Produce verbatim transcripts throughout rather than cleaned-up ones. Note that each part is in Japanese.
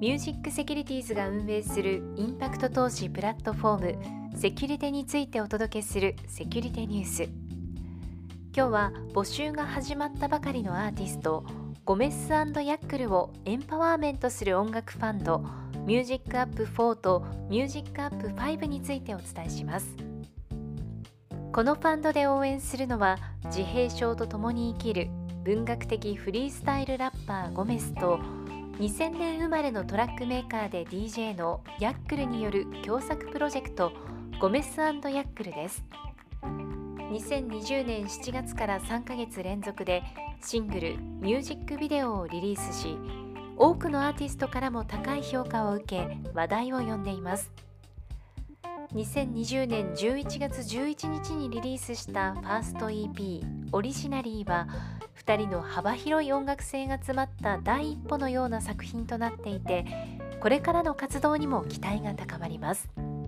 ミュージックセキュリティーズが運営するインパクト投資プラットフォームセキュリテについてお届けするセキュリテニュース。今日は募集が始まったばかりのアーティストゴメス&ヤックルをエンパワーメントする音楽ファンドミュージックアップフォーとミュージックアップファイブについてお伝えします。このファンドで応援するのは自閉症と共に生きる文学的フリースタイルラッパーゴメスとにせんねん生まれのトラックメーカーで ディージェー のヤックルによる共作プロジェクトゴメス&ヤックルです。にせんにじゅうねんしちがつからさんかげつ連続でシングル、ミュージックビデオをリリースし、多くのアーティストからも高い評価を受け話題を呼んでいます。にせんにじゅうねんじゅういちがつじゅういちにちにリリースしたファースト イーピー オリジナリーはふたりの幅広い音楽性が詰まった第一歩のような作品となっていて、これからの活動にも期待が高まります。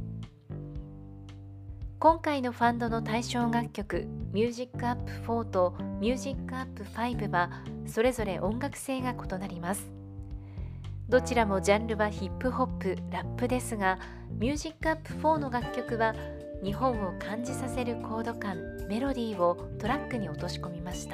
今回のファンドの対象楽曲ミュージックアップフォーとミュージックアップファイブはそれぞれ音楽性が異なります。どちらもジャンルはヒップホップ、ラップですが、ミュージックアップフォーの楽曲は日本を感じさせるコード感、メロディーをトラックに落とし込みました。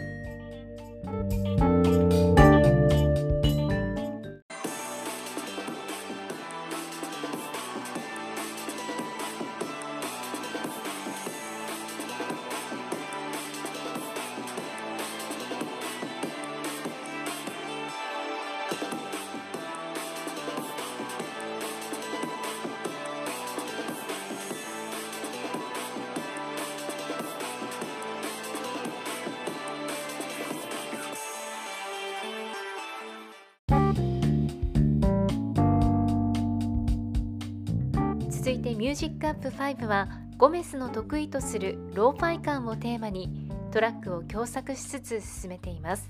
続いてミュージックアップファイブはゴメスの得意とするローファイ感をテーマにトラックを共作しつつ進めています。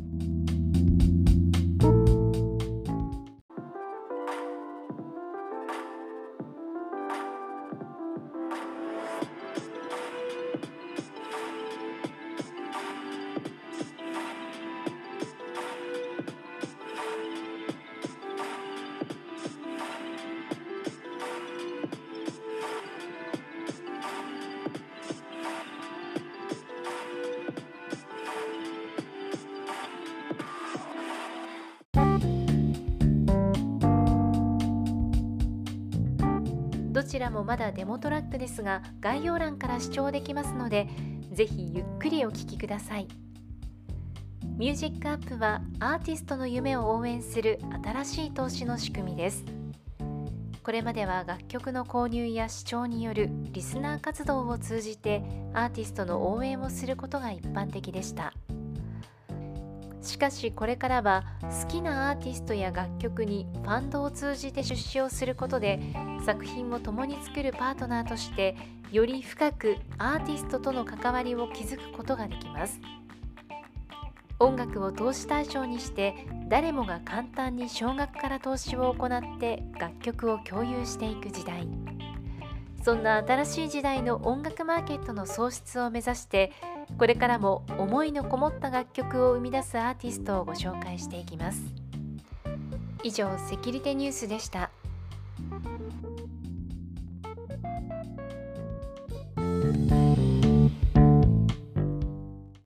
どちらもまだデモトラックですが、概要欄から視聴できますので、ぜひゆっくりお聴きください。ミュージックアップはアーティストの夢を応援する新しい投資の仕組みです。これまでは楽曲の購入や視聴によるリスナー活動を通じてアーティストの応援をすることが一般的でした。しかしこれからは好きなアーティストや楽曲にファンドを通じて出資をすることで作品を共に作るパートナーとしてより深くアーティストとの関わりを築くことができます。音楽を投資対象にして誰もが簡単に少額から投資を行って楽曲を共有していく時代。そんな新しい時代の音楽マーケットの創出を目指してこれからも思いのこもった楽曲を生み出すアーティストをご紹介していきます。以上、セキュリテニュースでした。 「